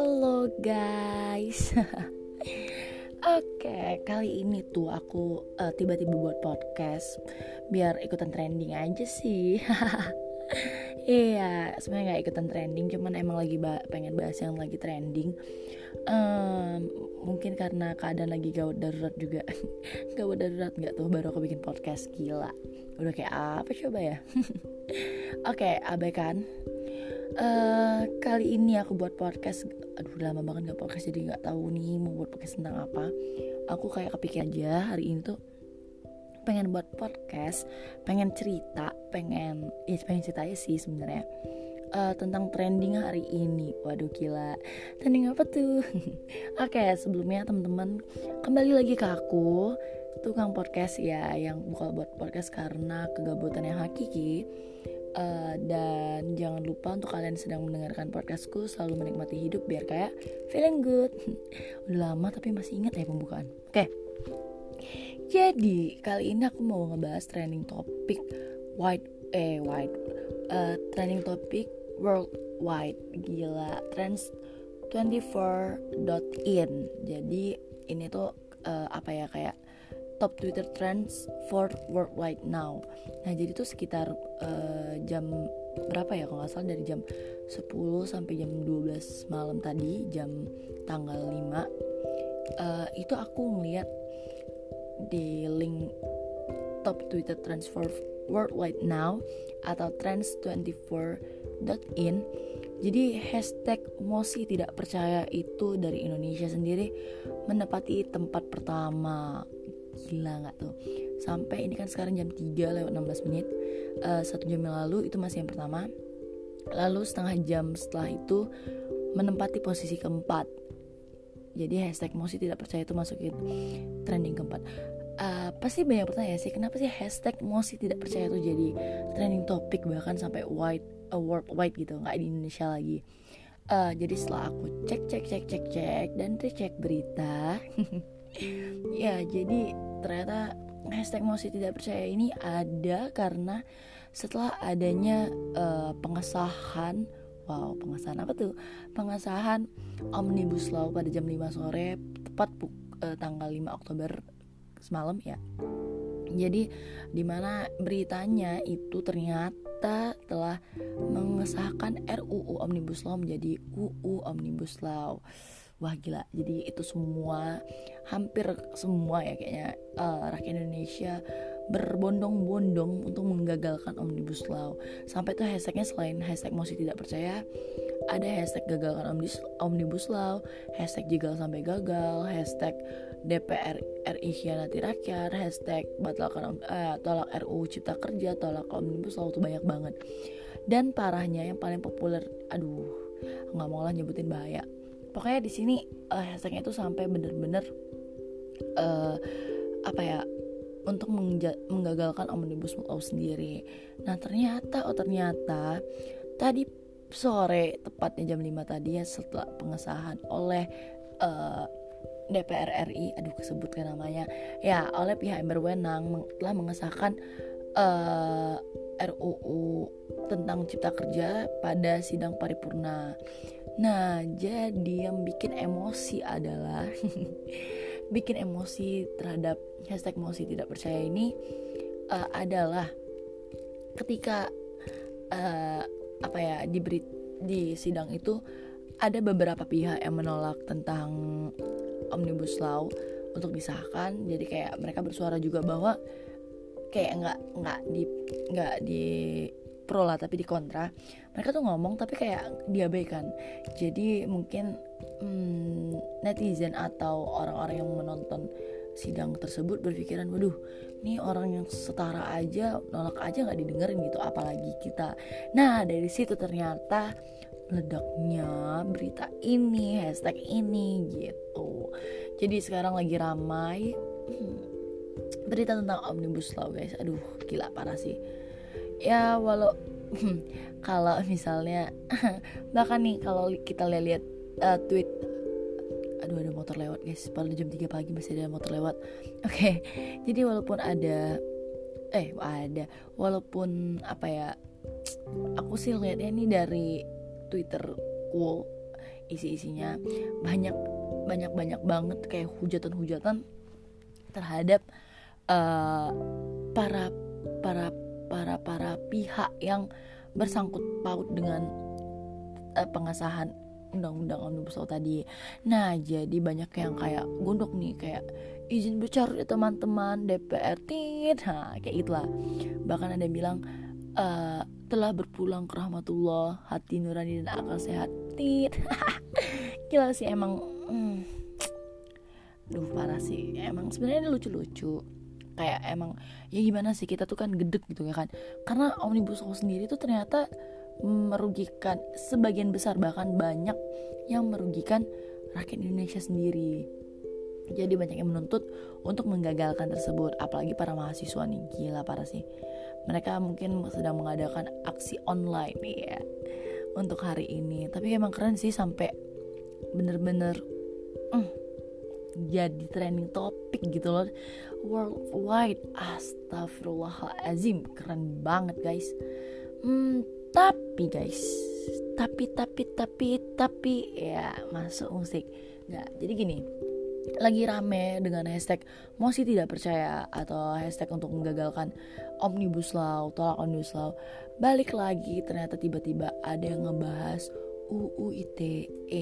Halo guys. Oke, kali ini tuh aku tiba-tiba buat podcast biar ikutan trending aja sih. Iya, sebenarnya nggak ikutan trending, cuman emang lagi pengen bahas yang lagi trending. Mungkin karena keadaan lagi gawat darurat juga. Gawat darurat nggak tuh, baru aku bikin podcast, gila. Udah kayak apa coba ya? Oke, abaikan. Kali ini aku buat podcast. Aduh, lama banget gak podcast, jadi gak tahu nih mau buat podcast tentang apa. Aku kayak kepikir aja hari ini tuh pengen buat podcast, pengen cerita, pengen cerita aja sih sebenarnya. Tentang trending hari ini. Waduh, gila. Trending apa tuh? Oke, sebelumnya teman-teman, kembali lagi ke aku, tukang podcast ya, yang buka buat podcast karena kegabutan yang hakiki. Dan jangan lupa untuk kalian sedang mendengarkan podcastku selalu menikmati hidup biar kayak feeling good. Udah lama tapi masih ingat ya pembukaan. Oke. Jadi kali ini aku mau ngebahas trending topik trending topik worldwide. Gila, trends 24.in. Jadi ini tuh kayak top Twitter trends for worldwide now. Nah, jadi tuh sekitar jam berapa ya, kalau nggak salah dari jam 10 sampai jam 12 malam tadi, jam tanggal 5, itu aku ngeliat di link top Twitter trends for worldwide now atau trends24.in. Jadi hashtag Mosi tidak percaya itu dari Indonesia sendiri menempati tempat pertama. Gila gak tuh? Sampai ini kan sekarang jam 3:16. 1 jam yang lalu itu masih yang pertama. Lalu setengah jam setelah itu menempati posisi keempat. Jadi hashtag Mosi tidak percaya itu masuk ke trending keempat. Pasti banyak bertanya sih, kenapa sih hashtag Mosi tidak percaya itu jadi trending topik bahkan sampai worldwide gitu, gak di Indonesia lagi. Jadi setelah aku cek dan recheck berita ya, jadi ternyata hashtag Mosi tidak percaya ini ada karena setelah adanya pengesahan apa tuh? Pengesahan Omnibus Law pada jam 5 sore tepat tanggal 5 Oktober semalam ya. Jadi dimana beritanya itu ternyata telah mengesahkan RUU Omnibus Law menjadi UU Omnibus Law. Wah, gila. Jadi itu hampir semua ya kayaknya rakyat Indonesia berbondong-bondong untuk menggagalkan Omnibus Law. Sampai tuh hashtagnya selain hashtag Mosi tidak percaya, ada hashtag gagalkan Omnibus Law, hashtag jegal sampai gagal, hashtag DPR RI hianati rakyat, hashtag batalkan tolak RUU Cipta Kerja, tolak Omnibus Law. Tuh banyak banget. Dan parahnya yang paling populer, nggak mau lah nyebutin bahaya. Pokoknya di sini hashtagnya itu sampai bener-bener untuk menggagalkan Omnibus Law sendiri. Nah, ternyata tadi sore tepatnya jam 5 tadi ya, setelah pengesahan oleh DPR RI, kesebutkan namanya ya, oleh pihak yang berwenang telah mengesahkan RUU tentang Cipta Kerja pada sidang paripurna. Nah, jadi yang bikin emosi adalah bikin emosi terhadap hashtag Mosi tidak percaya ini adalah ketika di sidang itu ada beberapa pihak yang menolak tentang Omnibus Law untuk disahkan. Jadi kayak mereka bersuara juga bahwa kayak nggak di pro lah, tapi di kontra. Mereka tuh ngomong tapi kayak diabaikan. Jadi mungkin netizen atau orang-orang yang menonton sidang tersebut berpikiran, waduh, ini orang yang setara aja nolak aja nggak didengerin gitu, apalagi kita. Nah, dari situ ternyata meledaknya berita ini, hashtag ini gitu. Jadi sekarang lagi ramai berita tentang Omnibus Law, guys. Aduh, gila parah sih. Ya, kalau misalnya bahkan nih kalau kita lihat tweet, ada motor lewat, guys. Padahal jam 3 pagi masih ada motor lewat. Oke. Jadi walaupun aku sih lihatnya ini dari Twitter cool isi-isinya banyak banget kayak hujatan terhadap para pihak yang bersangkut paut dengan pengesahan undang-undang Omnibus Law tadi. Nah, jadi banyak yang kayak gondok nih, kayak izin bicara ya teman-teman DPR tit, kayak itulah. Bahkan ada yang bilang telah berpulang ke rahmatullah, hati nurani dan akal sehat tit. Gila sih emang. Parah sih. Emang sebenarnya lucu-lucu. Kayak emang ya gimana sih, kita tuh kan gedek gitu ya kan. Karena Omnibus Law sendiri tuh ternyata merugikan sebagian besar, bahkan banyak yang merugikan rakyat Indonesia sendiri. Jadi banyak yang menuntut untuk menggagalkan tersebut, apalagi para mahasiswa nih, gila parah sih. Mereka mungkin sedang mengadakan aksi online nih ya untuk hari ini. Tapi emang keren sih, sampai bener-bener jadi trending topik gitu loh worldwide. Astagfirullahaladzim, keren banget guys. Tapi guys, tapi ya masuk musik. Nggak, jadi gini, lagi rame dengan hashtag Mosi tidak percaya atau hashtag untuk menggagalkan Omnibus Law, tolak Omnibus Law. Balik lagi, ternyata tiba-tiba ada yang ngebahas UU ITE.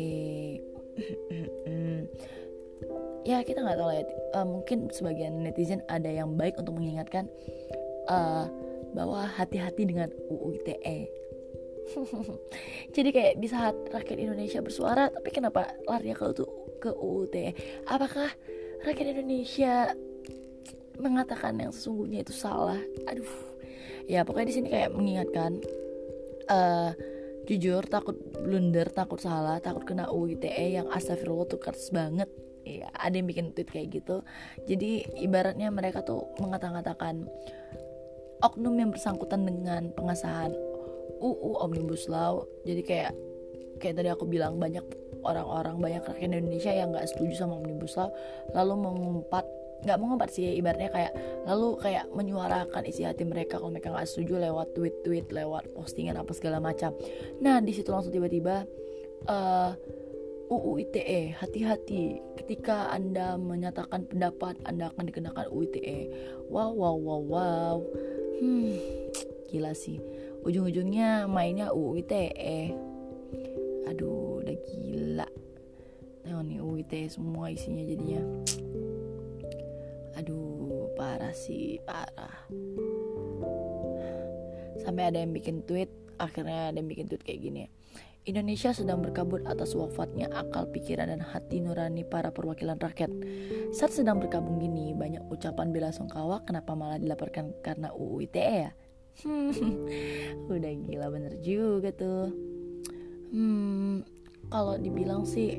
Ya kita nggak tahu ya, mungkin sebagian netizen ada yang baik untuk mengingatkan bahwa hati-hati dengan UU ITE. Jadi kayak di saat rakyat Indonesia bersuara, tapi kenapa larinya ke UU ITE? Apakah rakyat Indonesia mengatakan yang sesungguhnya itu salah? Aduh, ya pokoknya di sini kayak mengingatkan, jujur takut blunder, takut salah, takut kena UU ITE yang astagfirullah tuh keras banget. Ya, ada yang bikin tweet kayak gitu. Jadi ibaratnya mereka tuh mengatakan oknum yang bersangkutan dengan pengesahan UU Omnibus Law. Jadi kayak tadi aku bilang, banyak orang-orang, banyak rakyat Indonesia yang nggak setuju sama Omnibus Law, lalu nggak mengumpat sih, ibaratnya kayak lalu kayak menyuarakan isi hati mereka kalau mereka nggak setuju lewat tweet, lewat postingan apa segala macam. Nah di situ langsung tiba-tiba UU ITE, hati-hati ketika Anda menyatakan pendapat Anda akan dikenakan UU ITE. Wow. Gila sih, ujung-ujungnya mainnya UU ITE. Aduh, udah gila. Nah nih UU ITE semua isinya jadinya. Aduh, parah sih, parah. Sampai ada yang bikin tweet, akhirnya ada yang bikin tweet kayak gini. Indonesia sedang berkabut atas wafatnya akal, pikiran, dan hati nurani para perwakilan rakyat. Saat sedang berkabung gini, banyak ucapan bela sungkawa, kenapa malah dilaporkan karena UU ITE ya? Udah gila bener juga tuh. Kalau dibilang sih,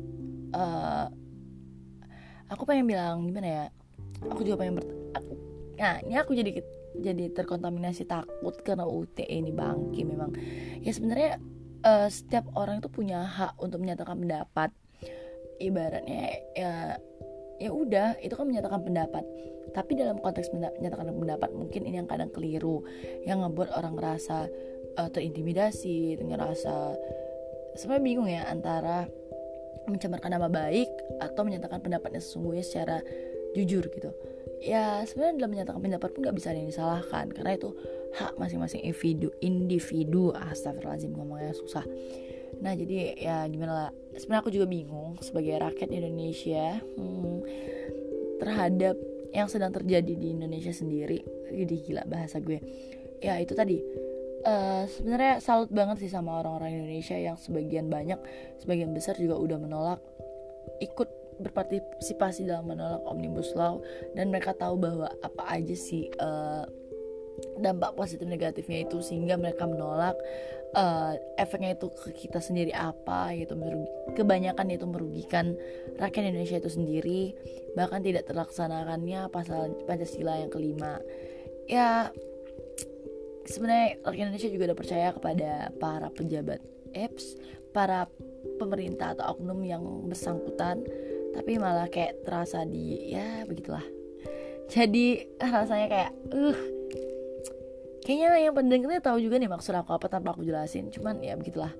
aku pengen bilang gimana ya? Aku juga pengen ini aku jadi terkontaminasi takut karena UU ITE ini bangki memang. Ya sebenarnya setiap orang itu punya hak untuk menyatakan pendapat. Ibaratnya ya udah, itu kan menyatakan pendapat. Tapi dalam konteks menyatakan pendapat, mungkin ini yang kadang keliru, yang ngebuat orang ngerasa terintimidasi, ngerasa sebenarnya bingung ya antara mencemarkan nama baik atau menyatakan pendapatnya sesungguhnya secara jujur gitu. Ya sebenarnya dalam menyatakan pendapat pun gak bisa ada yang disalahkan, karena itu hak masing-masing individu. Astagfirullahaladzim, ngomongnya susah. Nah jadi ya gimana lah, sebenarnya aku juga bingung sebagai rakyat Indonesia terhadap yang sedang terjadi di Indonesia sendiri. Jadi gila bahasa gue. Ya itu tadi, sebenarnya salut banget sih sama orang-orang Indonesia yang sebagian besar juga udah menolak, ikut berpartisipasi dalam menolak Omnibus Law, dan mereka tahu bahwa apa aja sih dampak positif negatifnya itu, sehingga mereka menolak. Efeknya itu ke kita sendiri apa gitu, kebanyakan itu merugikan rakyat Indonesia itu sendiri, bahkan tidak terlaksanakannya pasal Pancasila yang kelima. Ya sebenarnya rakyat Indonesia juga udah percaya kepada para pejabat para pemerintah atau oknum yang bersangkutan, tapi malah kayak terasa ya begitulah. Jadi rasanya kayak kayaknya yang pendengarnya tahu juga nih maksud aku apa tanpa aku jelasin, cuman ya begitulah.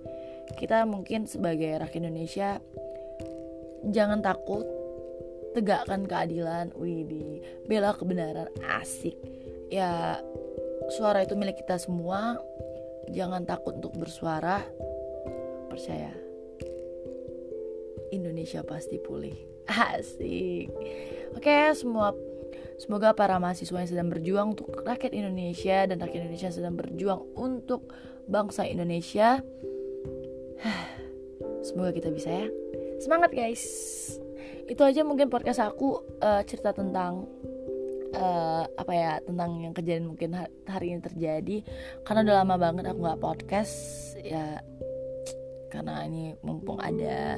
kita mungkin sebagai rakyat Indonesia jangan takut, tegakkan keadilan, widih, bela kebenaran, asik. Ya, suara itu milik kita semua. Jangan takut untuk bersuara. Percaya, Indonesia pasti pulih. Asik. Oke, semoga para mahasiswa yang sedang berjuang untuk rakyat Indonesia dan rakyat Indonesia yang sedang berjuang untuk bangsa Indonesia, semoga kita bisa ya. Semangat guys. Itu aja mungkin podcast aku, cerita tentang tentang yang kejadian mungkin hari ini terjadi. Karena udah lama banget aku gak podcast ya, karena ini mumpung ada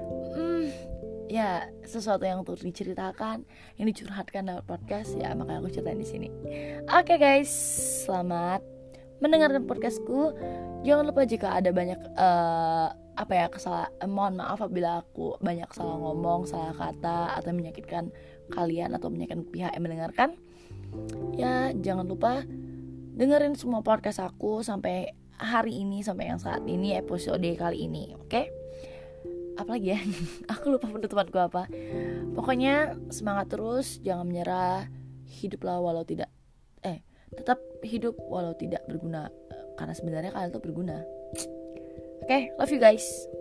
ya sesuatu yang untuk diceritakan, yang dicurhatkan dalam podcast, ya makanya aku ceritain di sini. Oke guys, selamat mendengarkan podcastku. Jangan lupa jika ada banyak mohon maaf apabila aku banyak salah ngomong, salah kata, atau menyakitkan kalian atau menyakitkan pihak yang mendengarkan. Ya jangan lupa dengerin semua podcast aku sampai hari ini, sampai yang saat ini, episode kali ini. Oke? Apalagi ya, aku lupa penutupanku apa. Pokoknya semangat terus, jangan menyerah, tetap hidup walau tidak berguna, karena sebenarnya kalian tuh berguna. Oke, love you guys.